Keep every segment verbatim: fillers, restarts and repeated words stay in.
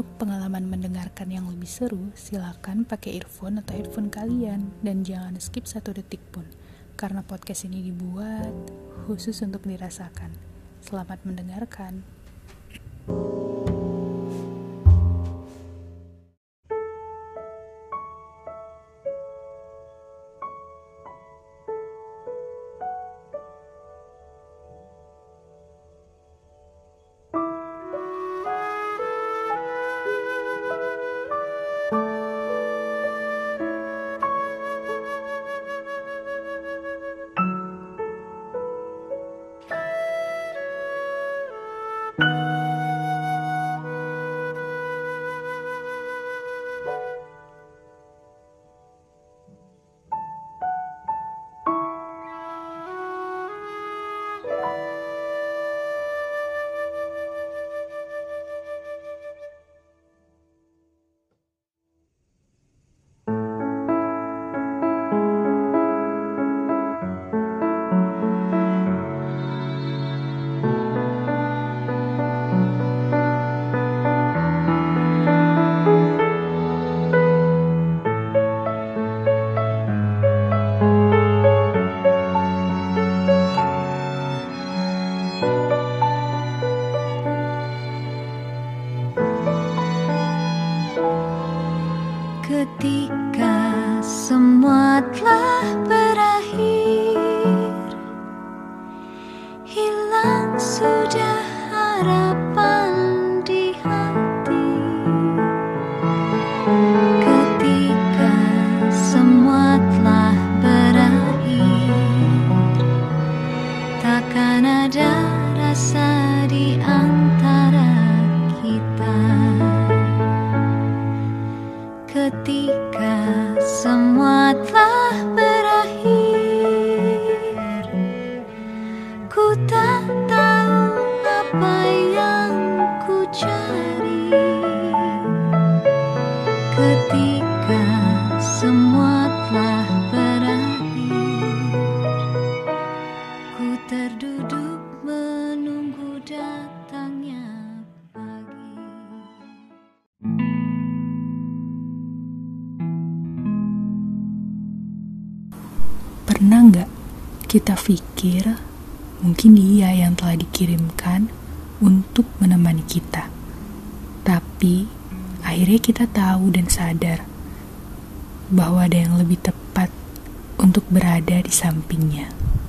Untuk pengalaman mendengarkan yang lebih seru, silakan pakai earphone atau headphone kalian dan jangan skip satu detik pun, karena podcast ini dibuat khusus untuk dirasakan. Selamat mendengarkan. Ketika semua telah berakhir, hilang sudah harapan di hati. Ketika semua telah berakhir, takkan ada rasa di antara kita. Ketika semua telah berakhir, ku tak tahu apa yang ku cari. Ketika semua telah berakhir, ku terduduk menunggu datangnya pagi. Pernah nggak kita pikir mungkin dia yang telah dikirimkan untuk menemani kita, tapi akhirnya kita tahu dan sadar bahwa ada yang lebih tepat untuk berada di sampingnya.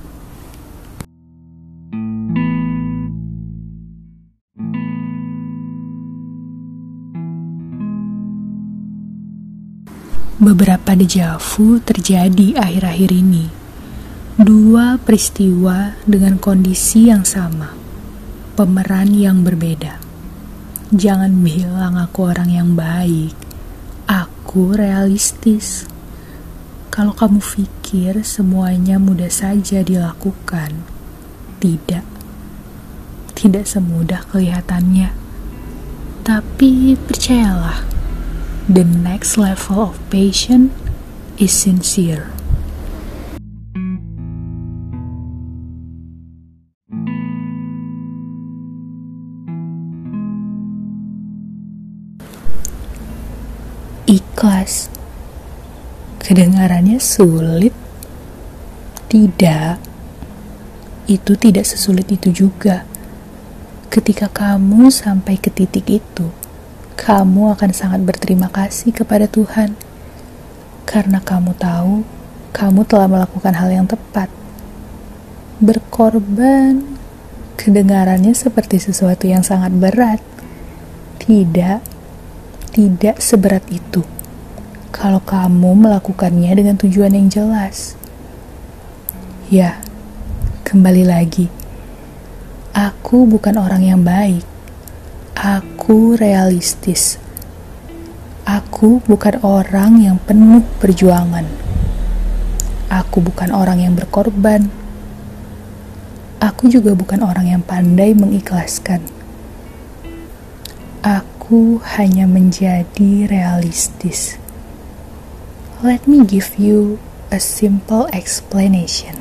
Beberapa dejavu terjadi akhir-akhir ini. Dua peristiwa dengan kondisi yang sama, pemeran yang berbeda. Jangan bilang aku orang yang baik, aku realistis. Kalau kamu pikir semuanya mudah saja dilakukan, tidak. Tidak semudah kelihatannya. Tapi percayalah, the next level of patience is sincere. Ikhlas. Kedengarannya sulit? Tidak. Itu tidak sesulit itu juga. Ketika kamu sampai ke titik itu, kamu akan sangat berterima kasih kepada Tuhan karena kamu tahu kamu telah melakukan hal yang tepat. Berkorban kedengarannya seperti sesuatu yang sangat berat. Tidak, tidak seberat itu kalau kamu melakukannya dengan tujuan yang jelas. Ya, kembali lagi, aku bukan orang yang baik. Aku realistis. Aku bukan orang yang penuh perjuangan. Aku bukan orang yang berkorban. Aku juga bukan orang yang pandai mengikhlaskan. Aku hanya menjadi realistis. Let me give you a simple explanation.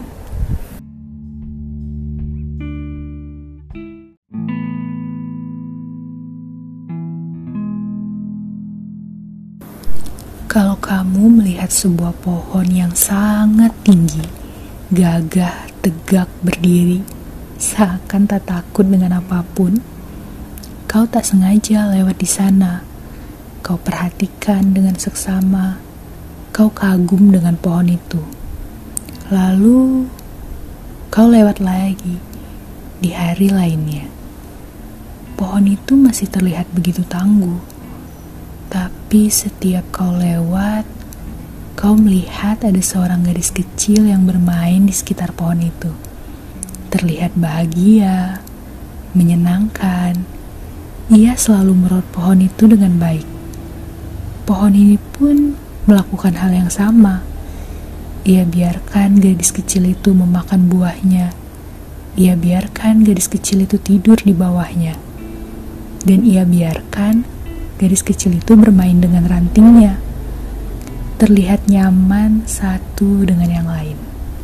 kamu melihat sebuah pohon yang sangat tinggi, gagah, tegak berdiri, seakan tak takut dengan apapun. Kau tak sengaja lewat di sana. Kau perhatikan dengan seksama. Kau kagum dengan pohon itu. Lalu, kau lewat lagi di hari lainnya. Pohon itu masih terlihat begitu tangguh. Tapi setiap kau lewat, kau melihat ada seorang gadis kecil yang bermain di sekitar pohon itu. Terlihat bahagia, menyenangkan. Ia selalu merawat pohon itu dengan baik. Pohon ini pun melakukan hal yang sama. Ia biarkan gadis kecil itu memakan buahnya. Ia biarkan gadis kecil itu tidur di bawahnya. Dan ia biarkan gadis kecil itu bermain dengan rantingnya. Terlihat nyaman satu dengan yang lain.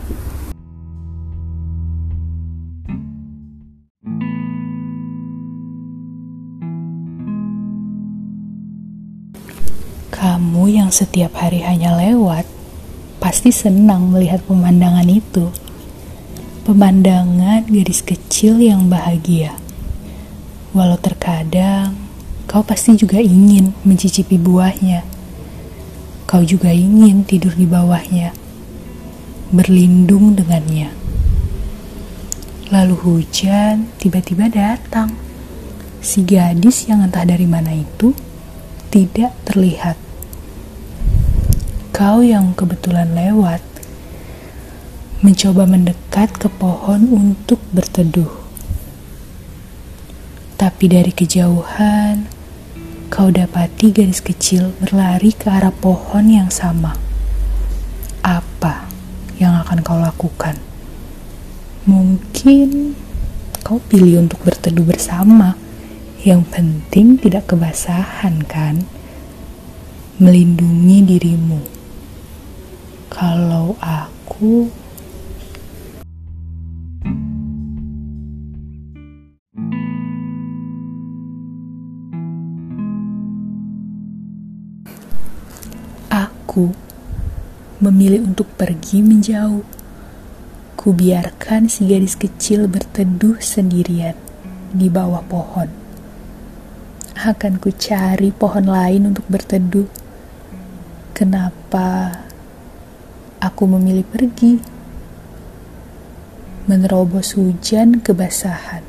Kamu yang setiap hari hanya lewat, pasti senang melihat pemandangan itu. Pemandangan gadis kecil yang bahagia. Walau terkadang, kau pasti juga ingin mencicipi buahnya. Kau juga ingin tidur di bawahnya, berlindung dengannya. Lalu hujan tiba-tiba datang. Si gadis yang entah dari mana itu tidak terlihat. Kau yang kebetulan lewat, mencoba mendekat ke pohon untuk berteduh. Tapi dari kejauhan, kau dapati gadis kecil berlari ke arah pohon yang sama. Apa yang akan kau lakukan? Mungkin kau pilih untuk berteduh bersama. Yang penting tidak kebasahan, kan? Melindungi dirimu. Kalau aku... Aku memilih untuk pergi menjauh. Ku biarkan si gadis kecil berteduh sendirian di bawah pohon. Akan ku cari pohon lain untuk berteduh. Kenapa aku memilih pergi? Menerobos hujan kebasahan.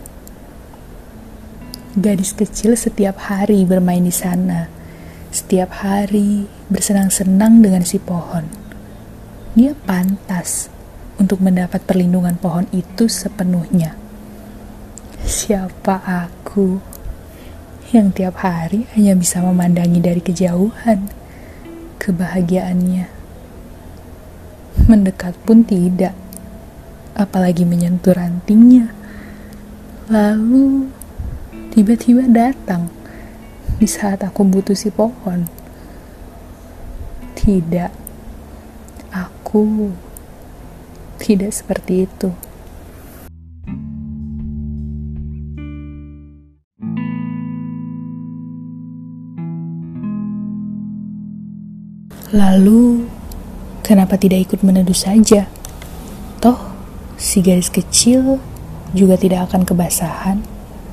Gadis kecil setiap hari bermain di sana. Setiap hari bersenang-senang dengan si pohon. Dia pantas untuk mendapat perlindungan pohon itu sepenuhnya. Siapa aku yang tiap hari hanya bisa memandangi dari kejauhan kebahagiaannya? Mendekat pun tidak, apalagi menyentuh rantingnya. Lalu tiba-tiba datang di saat aku butuh si pohon. Tidak, aku tidak seperti itu. Lalu, kenapa tidak ikut meneduh saja? Toh, si gadis kecil juga tidak akan kebasahan.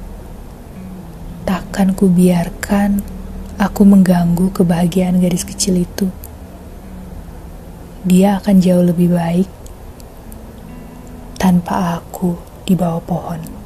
Takkan ku biarkan aku mengganggu kebahagiaan gadis kecil itu. Dia akan jauh lebih baik tanpa aku di bawah pohon.